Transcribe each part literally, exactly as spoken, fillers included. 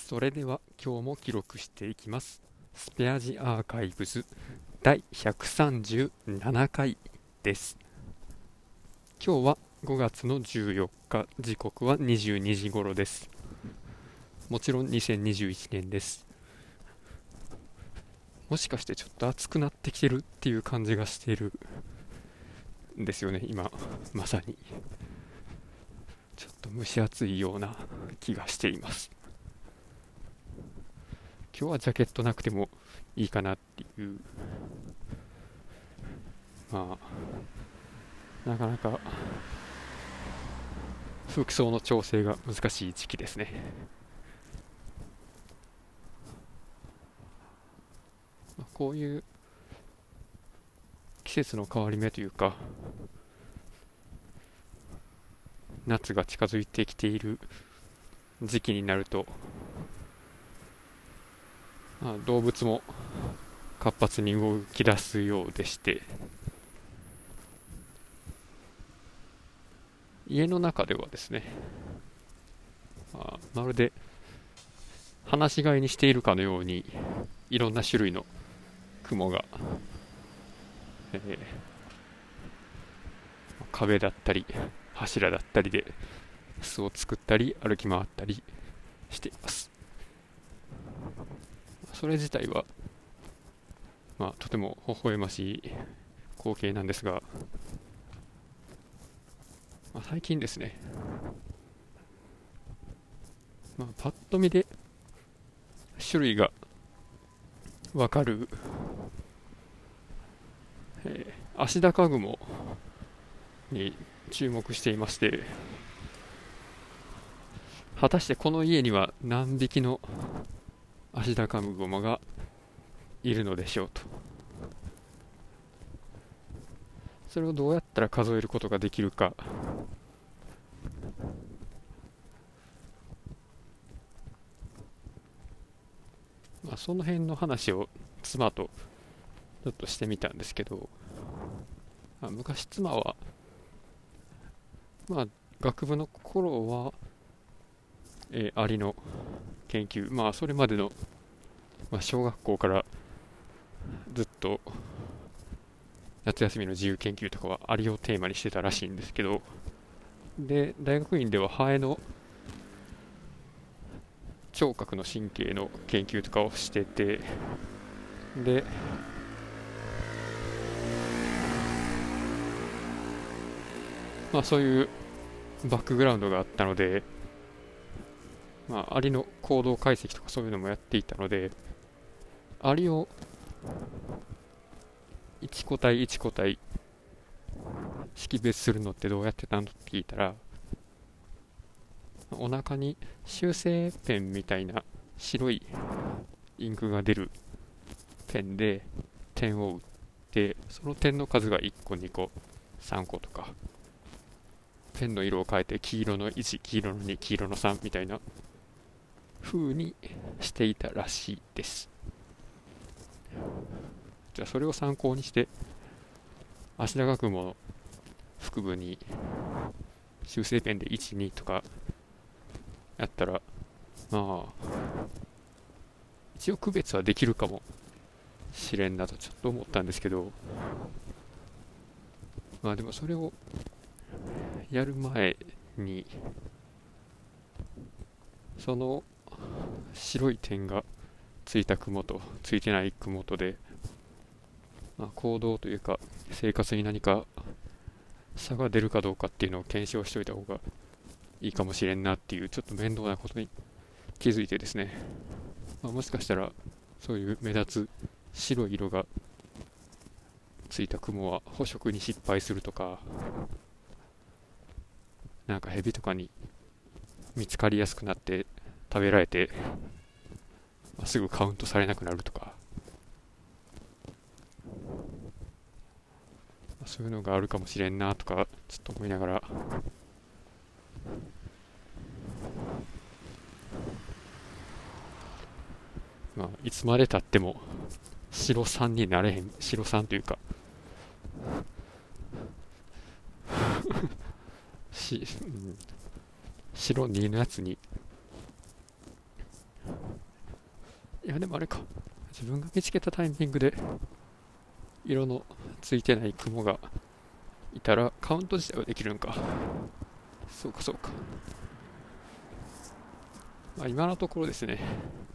それでは今日も記録していきます。スペアジアーカイブズだいひゃくさんじゅうななかいです。今日はごがつのじゅうよっか、時刻はにじゅうにじ頃です。もちろんにせんにじゅういちねんです。もしかしてちょっと暑くなってきてるっていう感じがしているんですよね、今まさに。ちょっと蒸し暑いような気がしています。今日はジャケットなくてもいいかなっていう、まあなかなか服装の調整が難しい時期ですね。まあこういう季節の変わり目というか、夏が近づいてきている時期になると、まあ、動物も活発に動き出すようでして、家の中ではですね、まあ、まるで放し飼いにしているかのようにいろんな種類の雲が、えー壁だったり柱だったりで巣を作ったり歩き回ったりしています。それ自体は、まあ、とても微笑ましい光景なんですが、まあ、最近ですね、まあ、パッと見で種類がわかる、えー、アシダカグモに注目していまして、果たしてこの家には何匹のアシダカグモがいるのでしょうと。それをどうやったら数えることができるか、まあ、その辺の話を妻とちょっとしてみたんですけど、まあ、昔妻は、まあ、学部の頃は、えーアリの研究、まあそれまでの、まあ、小学校からずっと夏休みの自由研究とかはアリをテーマにしてたらしいんですけど、で大学院ではハエの聴覚の神経の研究とかをしてて、で、まあ、そういうバックグラウンドがあったので、まあ、アリの行動解析とかそういうのもやっていたので、アリをいち個体いち個体識別するのってどうやってたのって聞いたら、お腹に修正ペンみたいな白いインクが出るペンで点を打って、その点の数がいっこにこさんことか、ペンの色を変えて黄色のいち、黄色のに、黄色のさんみたいな風にしていたらしいです。じゃあそれを参考にしてアシダガクモの腹部に修正ペンでいち、にとかやったら、まあ一応区別はできるかもしれんなとちょっと思ったんですけど、まあでもそれをやる前にその白い点がついた雲とついてない雲とで、まあ、行動というか生活に何か差が出るかどうかっていうのを検証しておいた方がいいかもしれんなっていう、ちょっと面倒なことに気づいてですね、まあ、もしかしたらそういう目立つ白い色がついた雲は捕食に失敗するとか、なんかヘビとかに見つかりやすくなって食べられて、まあ、すぐカウントされなくなるとか、まあ、そういうのがあるかもしれんなとかちょっと思いながら、まあ、いつまでたっても白さんになれへん、白さんというかし、うん、白にのやつにやでもあれか、自分が見つけたタイミングで色のついてない雲がいたらカウント自体はできるんか。そうかそうか。まあ、今のところですね、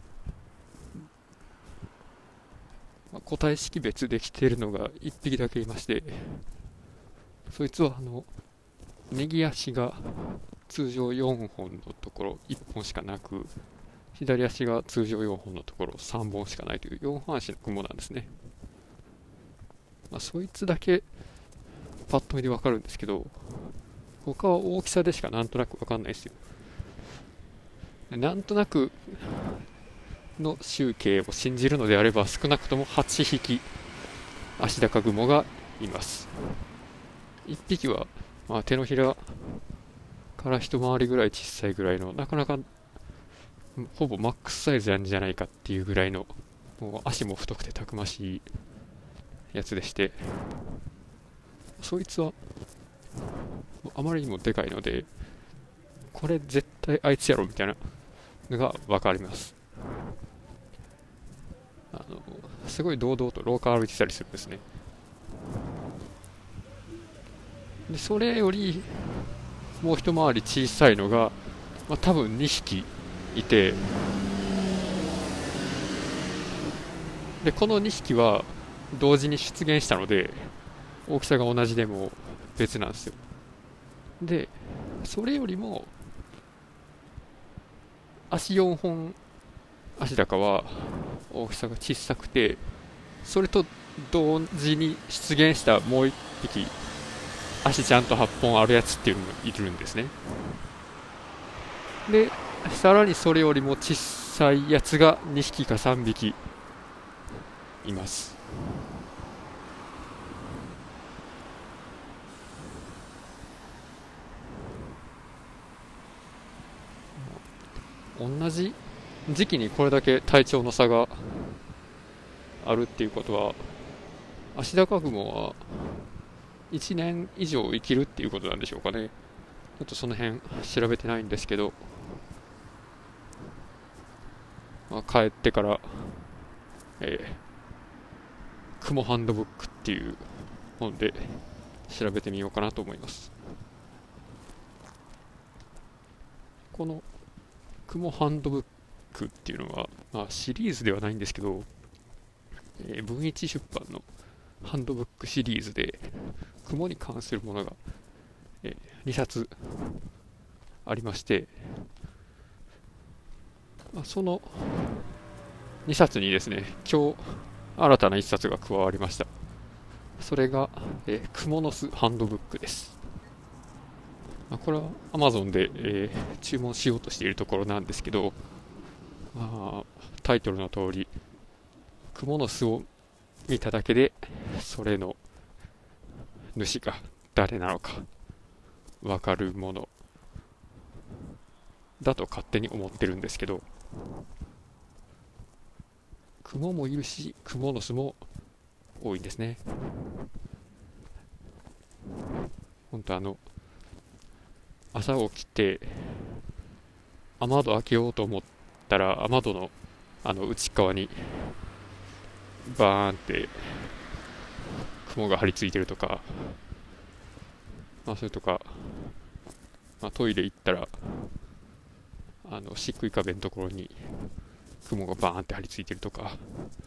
まあ、個体識別できているのがいっぴきだけいまして、そいつはあの右足が通常よんほんのところいっぽんしかなく、左足が通常よんほんのところさんぼんしかないというよんほん足の雲なんですね。まあ、そいつだけパッと見でわかるんですけど、他は大きさでしかなんとなくわかんないですよ。なんとなくの集計を信じるのであれば、少なくともはちひきアシダカグモがいます。いっぴきは、まあ、手のひらから一回りぐらい小さいぐらいの、なかなかほぼマックスサイズなんじゃないかっていうぐらいの、もう足も太くてたくましいやつでして、そいつはあまりにもでかいので、これ絶対あいつやろみたいなのが分かります。あのすごい堂々と廊下歩いてたりするんですね。でそれよりもう一回り小さいのが、まあ、多分にひきいて、でこのにひきは同時に出現したので大きさが同じでも別なんですよ。でそれよりも足よんほん足高は大きさが小さくて、それと同時に出現したもういっぴき足ちゃんとはっぽんあるやつっていうのもいるんですね。でさらにそれよりも小さいやつがにひきかさんびきいます。同じ時期にこれだけ体長の差があるっていうことは、アシダカグモはいちねん以上生きるっていうことなんでしょうかね。ちょっとその辺調べてないんですけど、まあ、帰ってから、えー、クモハンドブックっていう本で調べてみようかなと思います。このクモハンドブックっていうのは、まあ、シリーズではないんですけど、えー、文一出版のハンドブックシリーズでクモに関するものが、えー、にさつありまして、まあ、そのにさつにですね、今日新たないっさつが加わりました。それが、えー、クモの巣ハンドブックです。まあ、これは Amazon で、えー、注文しようとしているところなんですけど、まあ、タイトルの通りクモの巣を見ただけでそれの主が誰なのか分かるものだと勝手に思ってるんですけど、クモもいるしクモの巣も多いんですね。本当あの朝起きて雨戸開けようと思ったら雨戸のあの内側にバーンって雲が張り付いてるとか、まあ、それとか、まあ、トイレ行ったらあの漆喰壁のところに雲がバーンって張り付いてるとか、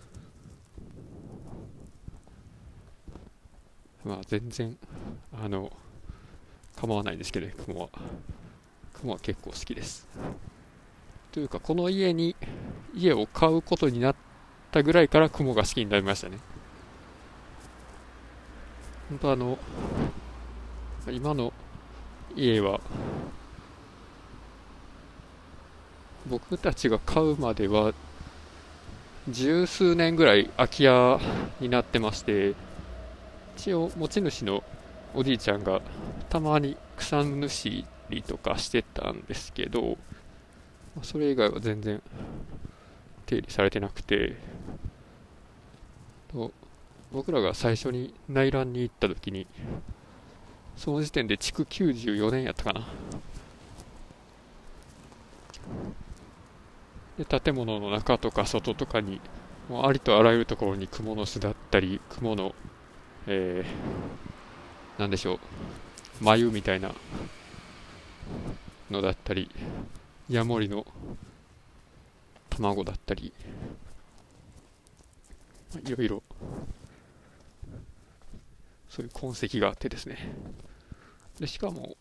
まあ全然あの構わないですけど、雲は雲は結構好きです。というかこの家に家を買うことになったぐらいから雲が好きになりましたね。本当あの今の家は僕たちが買うまでは十数年ぐらい空き家になってまして、一応持ち主のおじいちゃんがたまに草ぬしりとかしてたんですけど、それ以外は全然手入れされてなくて、と僕らが最初に内覧に行った時にその時点で築きゅうじゅうよねんやったかな。 で、建物の中とか外とかに、もうありとあらゆるところに蜘蛛の巣だったり、蜘蛛の、えー、なんでしょう、繭みたいなのだったり、ヤモリの卵だったり、いろいろそういう痕跡があってですね。でしかも、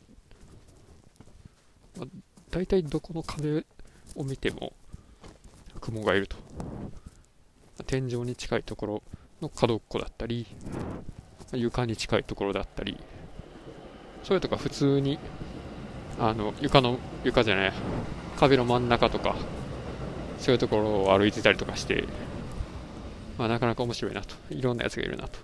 まあ、大体どこの壁を見ても雲がいると。天井に近いところの角っこだったり、床に近いところだったり、それとか普通にあの床の床じゃない壁の真ん中とか、そういうところを歩いてたりとかして、まあ、なかなか面白いなと。いろんなやつがいるなと。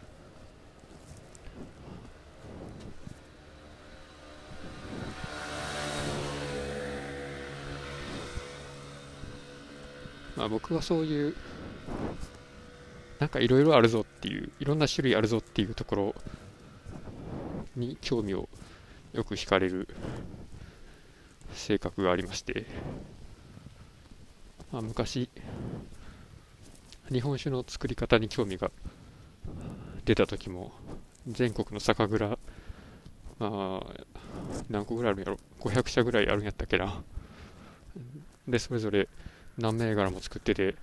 まあ、僕はそういうなんかいろいろあるぞっていう、いろんな種類あるぞっていうところに興味をよく惹かれる性格がありまして、まあ、昔日本酒の作り方に興味が出た時も、全国の酒蔵、まあ、何個ぐらいあるんやろ、ごひゃくしゃぐらいあるんやったっけな。でそれぞれ何銘柄も作ってて、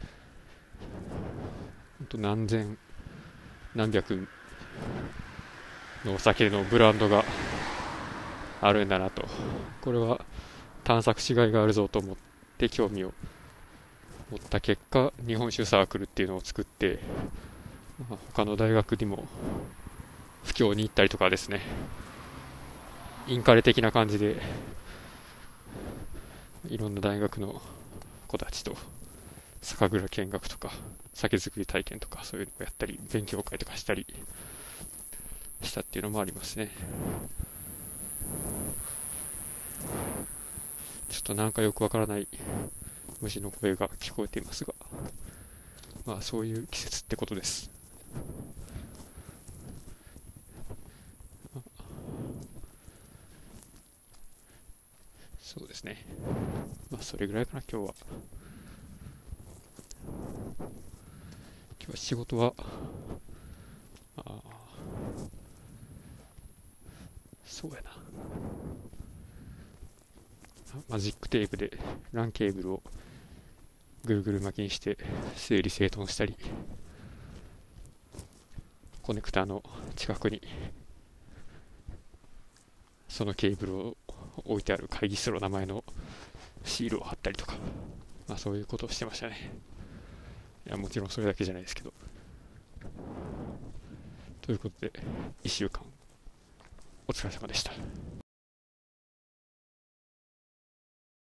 ほんと何千何百のお酒のブランドがあるんだなと。これは探索しがいがあるぞと思って興味を持った結果、日本酒サークルっていうのを作って、まあ、他の大学にも布教に行ったりとかですね、インカレ的な感じでいろんな大学の子たちと酒蔵見学とか酒造り体験とかそういうのをやったり、勉強会とかしたりしたっていうのもありますね。ちょっとなんかよくわからない虫の声が聞こえていますが、まあそういう季節ってことです。そうですね。まあそれぐらいかな、今日は。今日は仕事は、あそうやな。マジックテープでランケーブルをぐるぐる巻きにして整理整頓したり、コネクタの近くにそのケーブルを置いてある会議室の名前のシールを貼ったりとか、まあそういうことをしてましたね。いやもちろんそれだけじゃないですけど。ということでいっしゅうかんお疲れ様でした。